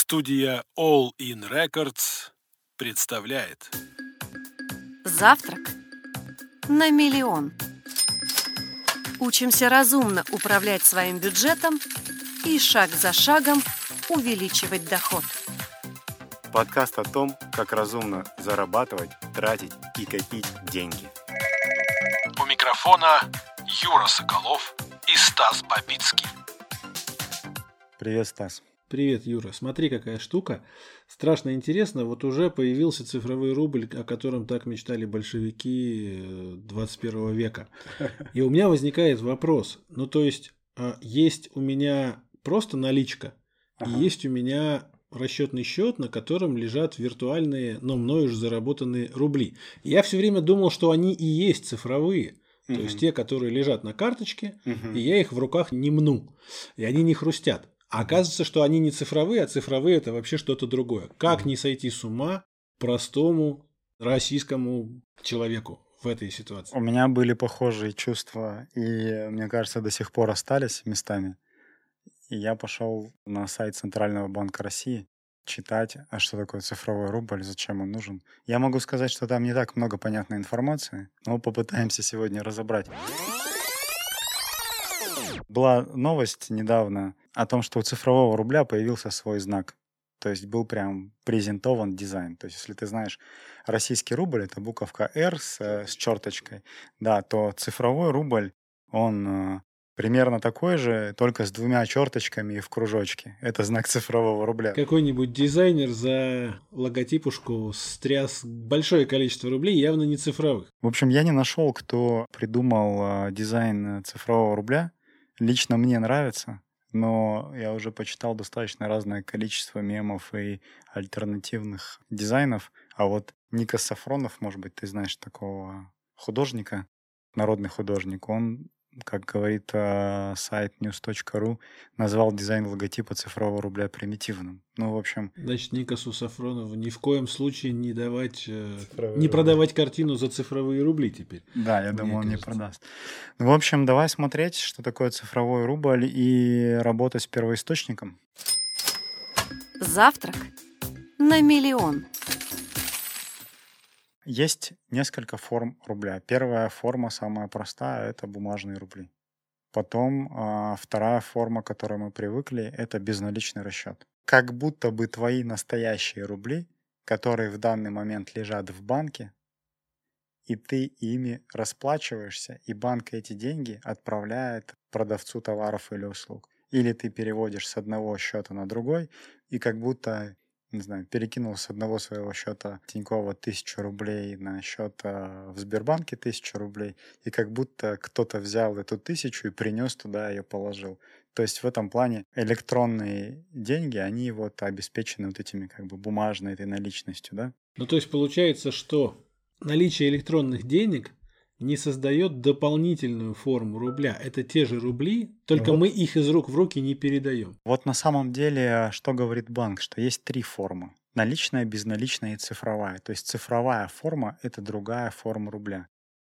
Студия All In Records представляет Завтрак на миллион. Учимся разумно управлять своим бюджетом и шаг за шагом увеличивать доход. Подкаст о том, как разумно зарабатывать, тратить и копить деньги. У микрофона Юра Соколов и Стас Бабицкий. Привет, Стас. Привет, Юра. Смотри, какая штука. Страшно интересно. Вот уже появился цифровой рубль, о котором так мечтали большевики 21 века. И у меня возникает вопрос. Ну, то есть, есть у меня просто наличка, и есть у меня расчетный счет, на котором лежат виртуальные, но мною уже заработанные рубли. И я все время думал, что они и есть цифровые. То есть, те, которые лежат на карточке, и я их в руках не мну. И они не хрустят. А оказывается, что они не цифровые, а цифровые – это вообще что-то другое. Как не сойти с ума простому российскому человеку в этой ситуации? У меня были похожие чувства, и, мне кажется, до сих пор остались местами. И я пошел на сайт Центрального банка России читать, а что такое цифровой рубль, зачем он нужен. Я могу сказать, что там не так много понятной информации, но попытаемся сегодня разобрать. Была новость недавно о том, что у цифрового рубля появился свой знак. То есть был прям презентован дизайн. То есть если ты знаешь, российский рубль — это буковка «Р» с черточкой, да, то цифровой рубль, он примерно такой же, только с двумя черточками и в кружочке. Это знак цифрового рубля. Какой-нибудь дизайнер за логотипушку стряс большое количество рублей, явно не цифровых. В общем, я не нашел, кто придумал дизайн цифрового рубля. Лично мне нравится, но я уже почитал достаточно разное количество мемов и альтернативных дизайнов. А вот Никос Сафронов, может быть, ты знаешь такого художника, народный художник, он, как говорит сайт news.ru, назвал дизайн логотипа цифрового рубля примитивным. Ну, в общем... Значит, Никосу Сафронову ни в коем случае не давать, не продавать картину за цифровые рубли теперь. Да, я думаю, он не продаст. Ну, в общем, давай смотреть, что такое цифровой рубль и работать с первоисточником. Завтрак на миллион. Есть несколько форм рубля. Первая форма, самая простая, это бумажные рубли. Потом вторая форма, к которой мы привыкли, это безналичный расчет. Как будто бы твои настоящие рубли, которые в данный момент лежат в банке, и ты ими расплачиваешься, и банк эти деньги отправляет продавцу товаров или услуг. Или ты переводишь с одного счета на другой, и как будто, не знаю, перекинул с одного своего счета Тинькова 1000 рублей на счет в Сбербанке 1000 рублей, и как будто кто-то взял эту 1000 и принес туда, ее положил. То есть в этом плане электронные деньги, они вот обеспечены вот этими как бы бумажной этой наличностью, да? Ну, то есть получается, что наличие электронных денег не создает дополнительную форму рубля. Это те же рубли, только мы их из рук в руки не передаем. Вот на самом деле, что говорит банк, что есть три формы. Наличная, безналичная и цифровая. То есть цифровая форма — это другая форма рубля.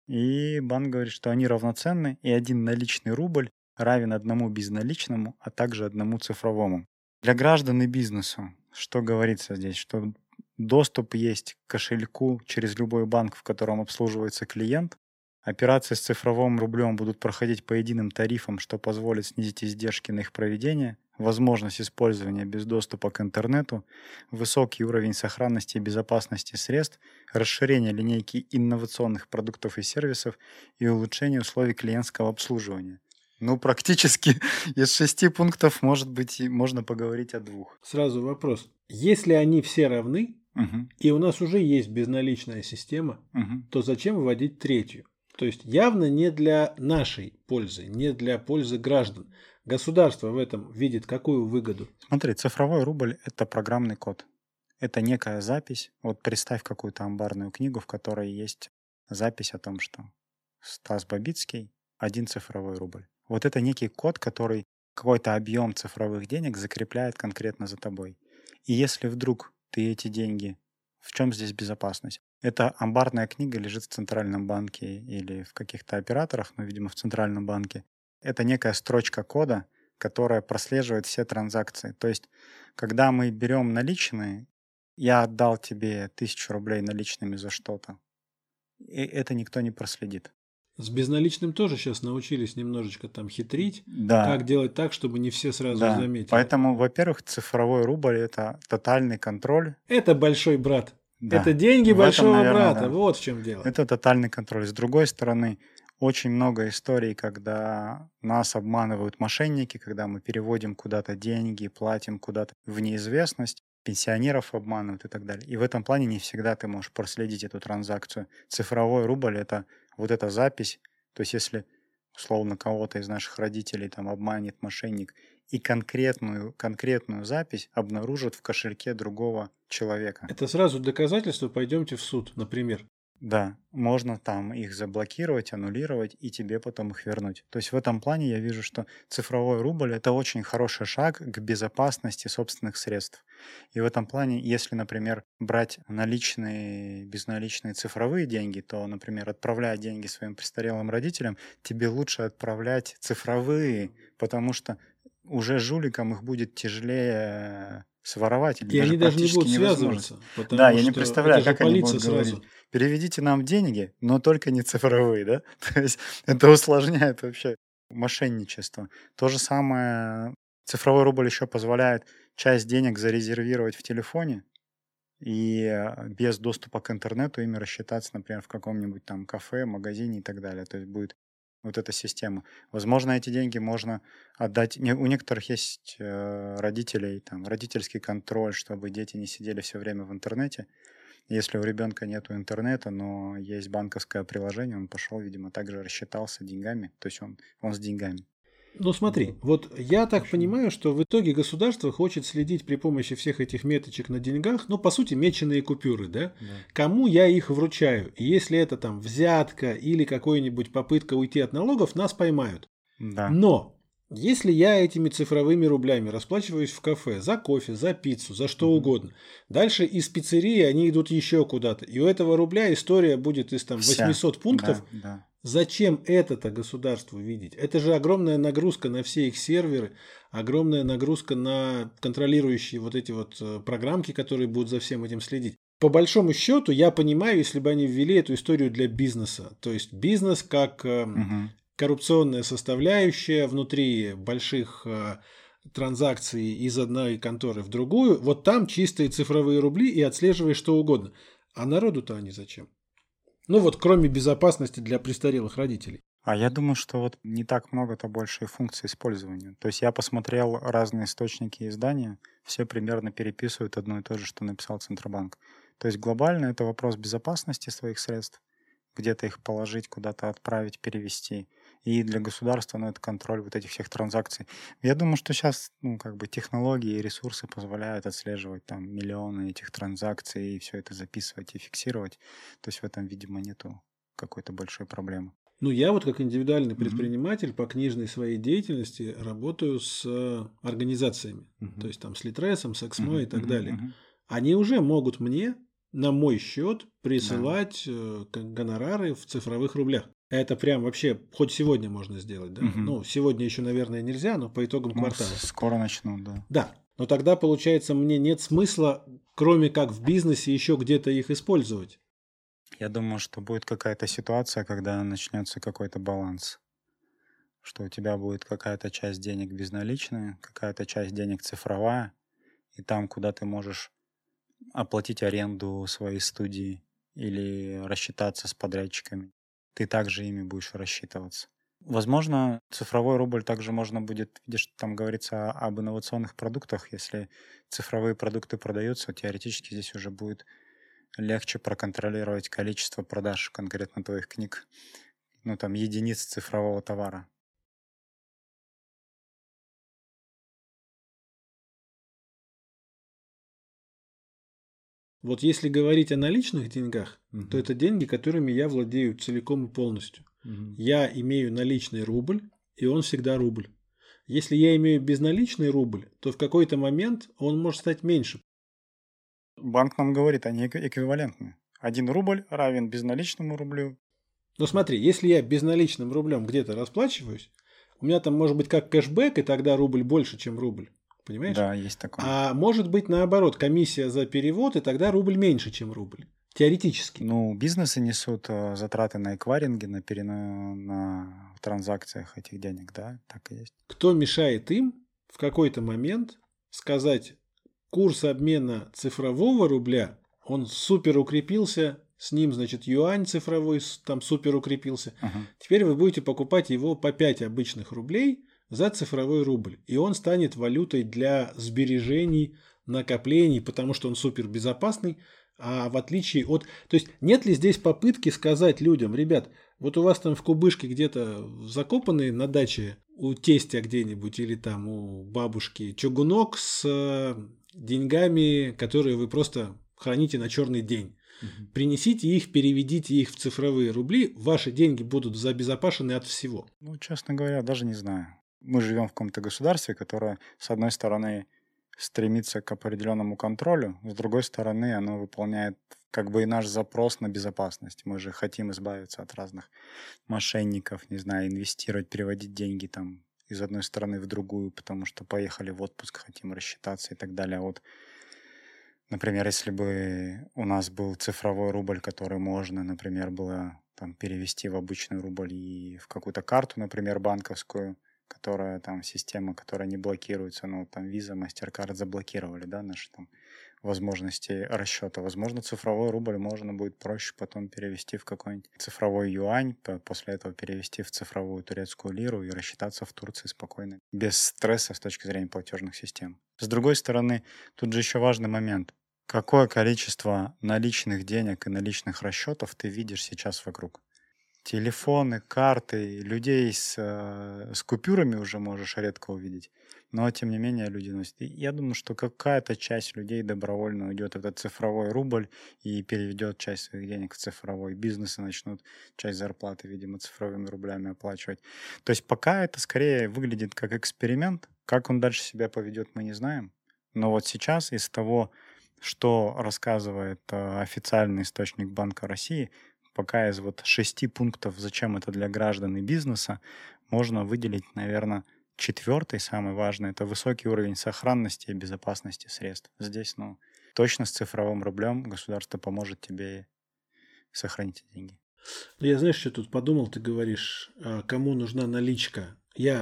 И банк говорит, что они равноценны, и один наличный рубль равен одному безналичному, а также одному цифровому. Для граждан и бизнеса, что говорится здесь, что доступ есть к кошельку через любой банк, в котором обслуживается клиент. Операции с цифровым рублем будут проходить по единым тарифам, что позволит снизить издержки на их проведение, возможность использования без доступа к интернету, высокий уровень сохранности и безопасности средств, расширение линейки инновационных продуктов и сервисов и улучшение условий клиентского обслуживания. Ну, практически из 6 пунктов, может быть, можно поговорить о 2. Сразу вопрос. Если они все равны, и у нас уже есть безналичная система, то зачем вводить третью? То есть явно не для нашей пользы, не для пользы граждан. Государство в этом видит какую выгоду? Смотри, цифровой рубль — это программный код. Это некая запись. Вот представь какую-то амбарную книгу, в которой есть запись о том, что Стас Бабицкий — 1 цифровой рубль. Вот это некий код, который какой-то объем цифровых денег закрепляет конкретно за тобой. И если вдруг ты эти деньги... В чем здесь безопасность? Эта амбарная книга лежит в Центральном банке или в каких-то операторах, но, видимо, в Центральном банке. Это некая строчка кода, которая прослеживает все транзакции. То есть, когда мы берем наличные, я отдал тебе 1000 рублей наличными за что-то, и это никто не проследит. С безналичным тоже сейчас научились немножечко там хитрить. Да. Как делать так, чтобы не все сразу Да. заметили. Поэтому, во-первых, цифровой рубль – это тотальный контроль. Это большой брат. Да. Это деньги В этом, большого наверное, брата. да. Вот в чем дело. Это тотальный контроль. С другой стороны, очень много историй, когда нас обманывают мошенники, когда мы переводим куда-то деньги, платим куда-то в неизвестность, пенсионеров обманывают и так далее. И в этом плане не всегда ты можешь проследить эту транзакцию. Цифровой рубль – это вот эта запись. То есть если условно кого-то из наших родителей там обманет мошенник и конкретную запись обнаружат в кошельке другого человека. Это сразу доказательство, пойдемте в суд, например. Да, можно там их заблокировать, аннулировать и тебе потом их вернуть. То есть в этом плане я вижу, что цифровой рубль – это очень хороший шаг к безопасности собственных средств. И в этом плане, если, например, брать наличные, безналичные цифровые деньги, то, например, отправляя деньги своим престарелым родителям, тебе лучше отправлять цифровые, потому что уже жуликам их будет тяжелее своровать. Или И они даже не будут невозможно. связываться. Потому Да, я что не представляю, это же как они полиция будут сразу. говорить. Переведите нам деньги, но только не цифровые, да? То есть это усложняет вообще мошенничество. То же самое, цифровой рубль еще позволяет часть денег зарезервировать в телефоне и без доступа к интернету ими рассчитаться, например, в каком-нибудь там кафе, магазине и так далее. То есть будет вот эта система. Возможно, эти деньги можно отдать. У некоторых есть родителей, там, родительский контроль, чтобы дети не сидели все время в интернете. Если у ребенка нет интернета, но есть банковское приложение, он пошел, видимо, также рассчитался деньгами. То есть он с деньгами. Ну смотри, вот я так понимаю, что в итоге государство хочет следить при помощи всех этих меточек на деньгах, ну по сути меченые купюры, да? Кому я их вручаю? И если это там взятка или какая-нибудь попытка уйти от налогов, нас поймают. Да. Но если я этими цифровыми рублями расплачиваюсь в кафе за кофе, за пиццу, за что угодно, дальше из пиццерии они идут еще куда-то, и у этого рубля история будет из там 800 пунктов. Да. Зачем это-то государству видеть? Это же огромная нагрузка на все их серверы, огромная нагрузка на контролирующие вот эти вот программки, которые будут за всем этим следить. По большому счету, я понимаю, если бы они ввели эту историю для бизнеса. То есть бизнес как коррупционная составляющая внутри больших транзакций из одной конторы в другую. Вот там чистые цифровые рубли и отслеживаешь что угодно. А народу-то они зачем? Ну вот кроме безопасности для престарелых родителей. А я думаю, что вот не так много-то больше функций использования. То есть я посмотрел разные источники издания, все примерно переписывают одно и то же, что написал Центробанк. То есть глобально это вопрос безопасности своих средств, где-то их положить, куда-то отправить, перевести. И для государства, это контроль вот этих всех транзакций. Я думаю, что сейчас, технологии и ресурсы позволяют отслеживать там миллионы этих транзакций и все это записывать и фиксировать. То есть в этом, видимо, нету какой-то большой проблемы. Ну, я вот как индивидуальный предприниматель по книжной своей деятельности работаю с организациями. То есть там с Литресом, с Эксмо и так далее. Они уже могут мне на мой счет присылать гонорары в цифровых рублях. Это прям вообще хоть сегодня можно сделать, да? Ну, сегодня еще, наверное, нельзя, но по итогам квартала. Скоро начнут, да. Да, но тогда, получается, мне нет смысла, кроме как в бизнесе, еще где-то их использовать. Я думаю, что будет какая-то ситуация, когда начнется какой-то баланс. Что у тебя будет какая-то часть денег безналичная, какая-то часть денег цифровая, и там, куда ты можешь оплатить аренду своей студии или рассчитаться с подрядчиками, ты также ими будешь рассчитываться. Возможно, цифровой рубль также можно будет, видишь, там говорится об инновационных продуктах. Если цифровые продукты продаются, теоретически здесь уже будет легче проконтролировать количество продаж конкретно твоих книг. Единиц цифрового товара. Вот если говорить о наличных деньгах, то это деньги, которыми я владею целиком и полностью. Я имею наличный рубль, и он всегда рубль. Если я имею безналичный рубль, то в какой-то момент он может стать меньше. Банк нам говорит, они эквивалентны. 1 рубль равен безналичному рублю. Но смотри, если я безналичным рублем где-то расплачиваюсь, у меня там может быть как кэшбэк, и тогда рубль больше, чем рубль. Понимаешь? Да, есть такое. А может быть наоборот, комиссия за перевод, и тогда рубль меньше, чем рубль. Теоретически. Ну, бизнесы несут затраты на эквайринге, на транзакциях этих денег, да, так и есть. Кто мешает им в какой-то момент сказать, курс обмена цифрового рубля, он супер укрепился, с ним, значит, юань цифровой там супер укрепился. Ага. Теперь вы будете покупать его по 5 обычных рублей за цифровой рубль. И он станет валютой для сбережений, накоплений, потому что он супер безопасный. А в отличие от... То есть нет ли здесь попытки сказать людям, ребят, вот у вас там в кубышке где-то закопанный на даче у тестя где-нибудь или там у бабушки чугунок с деньгами, которые вы просто храните на черный день. Принесите их, переведите их в цифровые рубли, ваши деньги будут забезопасены от всего. Ну, честно говоря, даже не знаю. Мы живем в каком-то государстве, которое, с одной стороны, стремится к определенному контролю, с другой стороны, оно выполняет как бы и наш запрос на безопасность. Мы же хотим избавиться от разных мошенников, не знаю, инвестировать, переводить деньги там из одной стороны в другую, потому что поехали в отпуск, хотим рассчитаться и так далее. А вот, например, если бы у нас был цифровой рубль, который можно, например, было там перевести в обычный рубль и в какую-то карту, например, банковскую, которая там система, которая не блокируется, ну там Visa, MasterCard заблокировали, да, наши там возможности расчета. Возможно, цифровой рубль можно будет проще потом перевести в какой-нибудь цифровой юань, после этого перевести в цифровую турецкую лиру и рассчитаться в Турции спокойно, без стресса с точки зрения платежных систем. С другой стороны, тут же еще важный момент. Какое количество наличных денег и наличных расчетов ты видишь сейчас вокруг? Телефоны, карты, людей с купюрами уже можешь редко увидеть, но тем не менее люди носят. И я думаю, что какая-то часть людей добровольно уйдет в этот цифровой рубль и переведет часть своих денег в цифровой. Бизнесы начнут часть зарплаты, видимо, цифровыми рублями оплачивать. То есть пока это скорее выглядит как эксперимент. Как он дальше себя поведет, мы не знаем. Но вот сейчас из того, что рассказывает официальный источник Банка России, пока из вот 6 пунктов, зачем это для граждан и бизнеса, можно выделить, наверное, 4-й, самый важный, это высокий уровень сохранности и безопасности средств. Здесь, точно с цифровым рублем государство поможет тебе сохранить деньги. Я, знаешь, что тут подумал, ты говоришь, кому нужна наличка.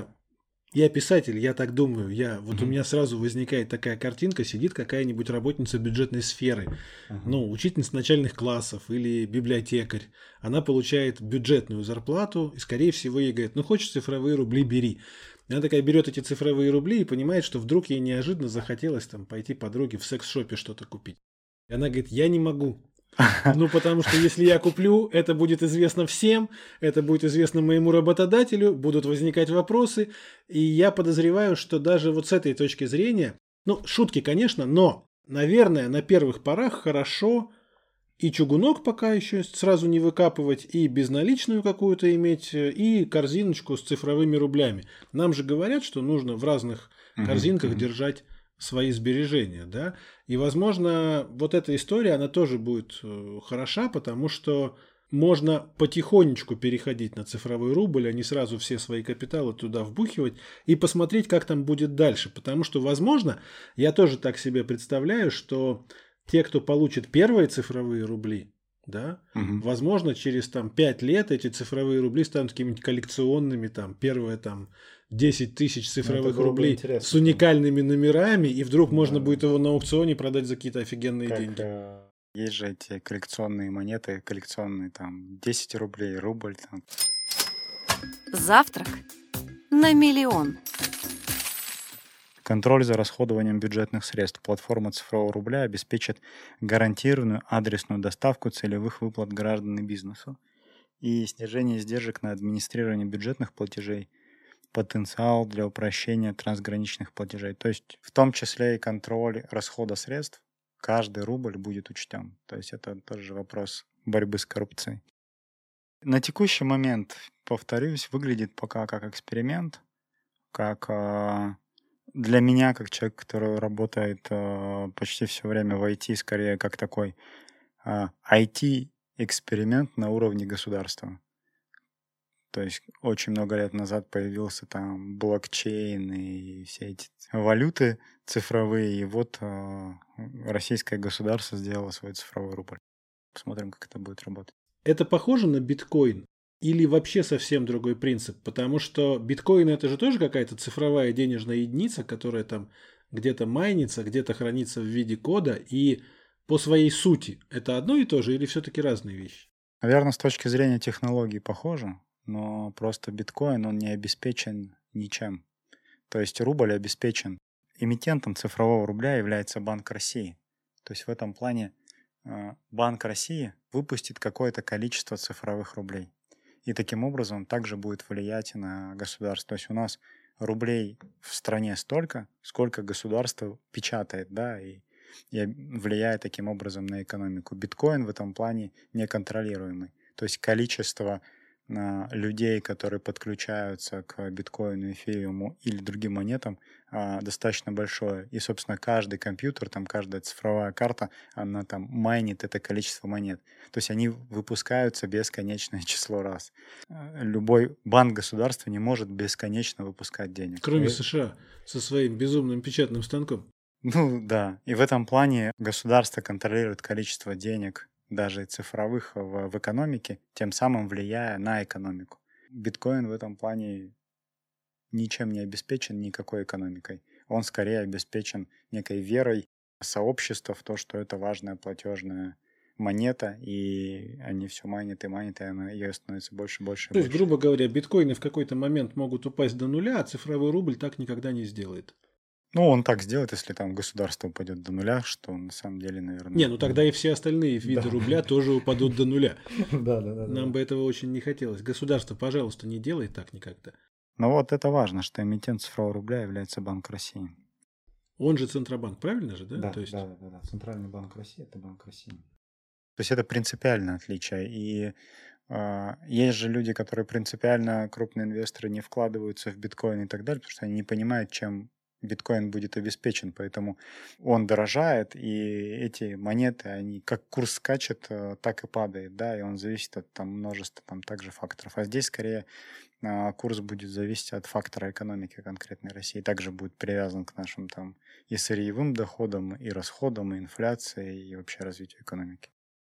Я писатель, я так думаю. У меня сразу возникает такая картинка, сидит какая-нибудь работница бюджетной сферы, учительница начальных классов или библиотекарь. Она получает бюджетную зарплату, и, скорее всего, ей говорят, хочешь цифровые рубли, бери. И она такая берет эти цифровые рубли и понимает, что вдруг ей неожиданно захотелось там пойти подруге в секс-шопе что-то купить. И она говорит, я не могу. Потому что если я куплю, это будет известно всем, это будет известно моему работодателю, будут возникать вопросы, и я подозреваю, что даже вот с этой точки зрения, шутки, конечно, но, наверное, на первых порах хорошо и чугунок пока еще сразу не выкапывать, и безналичную какую-то иметь, и корзиночку с цифровыми рублями. Нам же говорят, что нужно в разных корзинках держать свои сбережения, да, и, возможно, вот эта история, она тоже будет хороша, потому что можно потихонечку переходить на цифровой рубль, а не сразу все свои капиталы туда вбухивать и посмотреть, как там будет дальше, потому что, возможно, я тоже так себе представляю, что те, кто получит первые цифровые рубли, да, возможно, через 5 лет эти цифровые рубли станут какими-нибудь коллекционными, первые 10 тысяч цифровых рублей с уникальными номерами, и вдруг можно будет его на аукционе продать за какие-то офигенные деньги. Есть же эти коллекционные монеты, коллекционные 10 рублей, рубль. Завтрак на миллион. Контроль за расходованием бюджетных средств. Платформа цифрового рубля обеспечит гарантированную адресную доставку целевых выплат граждан и бизнесу и снижение издержек на администрирование бюджетных платежей, потенциал для упрощения трансграничных платежей. То есть в том числе и контроль расхода средств. Каждый рубль будет учтен. То есть это тоже вопрос борьбы с коррупцией. На текущий момент, повторюсь, выглядит пока как эксперимент, как для меня, как человек, который работает почти все время в IT, скорее как такой IT-эксперимент на уровне государства. То есть очень много лет назад появился там блокчейн и все эти валюты цифровые. И вот российское государство сделало свой цифровой рубль. Посмотрим, как это будет работать. Это похоже на биткоин или вообще совсем другой принцип? Потому что биткоин это же тоже какая-то цифровая денежная единица, которая там где-то майнится, где-то хранится в виде кода. И по своей сути это одно и то же или все-таки разные вещи? Наверное, с точки зрения технологий похоже, но просто биткоин, он не обеспечен ничем. То есть рубль обеспечен. Эмитентом цифрового рубля является Банк России. То есть в этом плане Банк России выпустит какое-то количество цифровых рублей. И таким образом также будет влиять на государство. То есть у нас рублей в стране столько, сколько государство печатает, да, и влияет таким образом на экономику. Биткоин в этом плане неконтролируемый. То есть количество людей, которые подключаются к биткоину, эфириуму или другим монетам, достаточно большое. И, собственно, каждый компьютер, там каждая цифровая карта, она там майнит это количество монет. То есть они выпускаются бесконечное число раз. Любой банк государства не может бесконечно выпускать денег. Кроме США со своим безумным печатным станком. Ну да. И в этом плане государство контролирует количество денег, даже цифровых, в экономике, тем самым влияя на экономику. Биткоин в этом плане ничем не обеспечен, никакой экономикой. Он скорее обеспечен некой верой сообщества в то, что это важная платежная монета, и они все майнят, и ее становится больше и больше. То есть, грубо говоря, биткоины в какой-то момент могут упасть до нуля, а цифровой рубль так никогда не сделает. Ну, он так сделает, если там государство упадет до нуля, что на самом деле, наверное... Не, ну тогда и все остальные виды рубля тоже упадут до нуля. Да. Нам бы этого очень не хотелось. Государство, пожалуйста, не делай так никогда. Но вот это важно, что эмитент цифрового рубля является Банк России. Он же Центробанк, правильно же, да? Да, То есть... да. Центральный банк России – это Банк России. То есть это принципиальное отличие. И есть же люди, которые принципиально, крупные инвесторы, не вкладываются в биткоин и так далее, потому что они не понимают, чем биткоин будет обеспечен, поэтому он дорожает, и эти монеты, они как курс скачет, так и падает, да, и он зависит от там множества там также факторов. А здесь скорее курс будет зависеть от фактора экономики конкретной России, также будет привязан к нашим там и сырьевым доходам, и расходам, и инфляции, и вообще развитию экономики.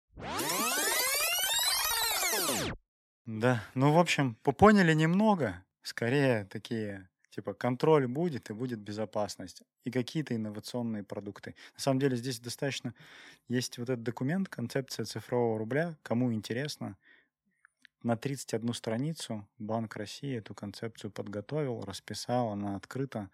Да, ну, в общем, поняли немного, скорее такие... Типа контроль будет и будет безопасность. И какие-то инновационные продукты. На самом деле здесь достаточно... Есть вот этот документ, концепция цифрового рубля. Кому интересно, на 31 страницу Банк России эту концепцию подготовил, расписал, она открыта.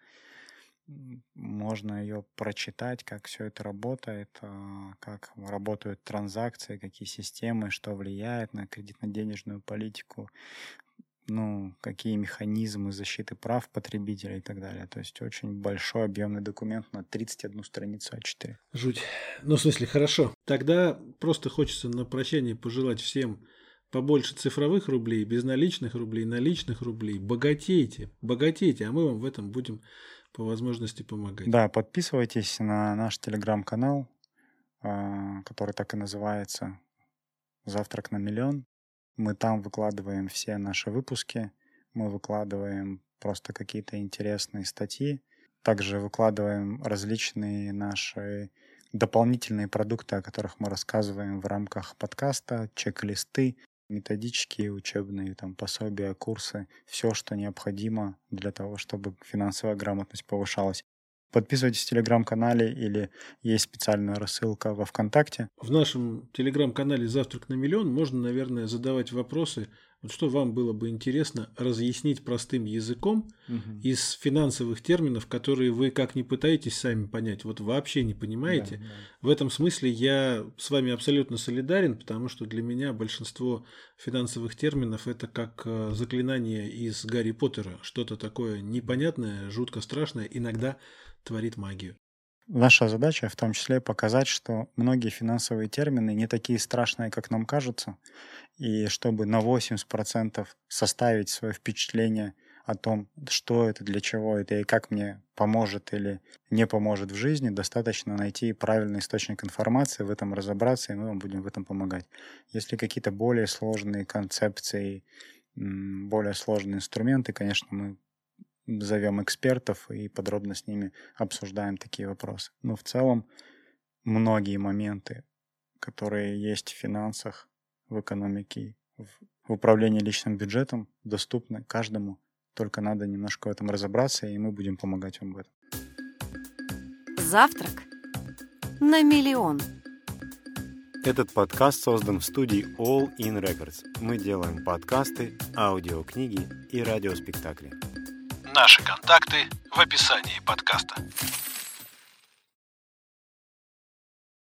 Можно ее прочитать, как все это работает, как работают транзакции, какие системы, что влияет на кредитно-денежную политику, ну, какие механизмы защиты прав потребителей и так далее. То есть очень большой объемный документ на 31 страницу А4. Жуть. Ну, в смысле, хорошо. Тогда просто хочется на прощание пожелать всем побольше цифровых рублей, безналичных рублей, наличных рублей. Богатейте, а мы вам в этом будем по возможности помогать. Да, подписывайтесь на наш телеграм-канал, который так и называется «Завтрак на миллион». Мы там выкладываем все наши выпуски, мы выкладываем просто какие-то интересные статьи, также выкладываем различные наши дополнительные продукты, о которых мы рассказываем в рамках подкаста, чек-листы, методички, учебные там, пособия, курсы, все, что необходимо для того, чтобы финансовая грамотность повышалась. Подписывайтесь в Телеграм-канале или есть специальная рассылка во ВКонтакте. В нашем Телеграм-канале «Завтрак на миллион» можно, наверное, задавать вопросы, вот что вам было бы интересно разъяснить простым языком из финансовых терминов, которые вы как ни пытаетесь сами понять, вот вообще не понимаете. Да. В этом смысле я с вами абсолютно солидарен, потому что для меня большинство финансовых терминов – это как заклинание из Гарри Поттера, что-то такое непонятное, жутко страшное, иногда творит магию. Наша задача в том числе показать, что многие финансовые термины не такие страшные, как нам кажется, и чтобы на 80% составить свое впечатление о том, что это, для чего это и как мне поможет или не поможет в жизни, достаточно найти правильный источник информации, в этом разобраться, и мы вам будем в этом помогать. Если какие-то более сложные концепции более сложные инструменты, конечно, мы зовем экспертов и подробно с ними обсуждаем такие вопросы. Но в целом многие моменты, которые есть в финансах, в экономике, в управлении личным бюджетом, доступны каждому. Только надо немножко в этом разобраться, и мы будем помогать вам в этом. Завтрак на миллион. Этот подкаст создан в студии All In Records. Мы делаем подкасты, аудиокниги и радиоспектакли. Наши контакты в описании подкаста.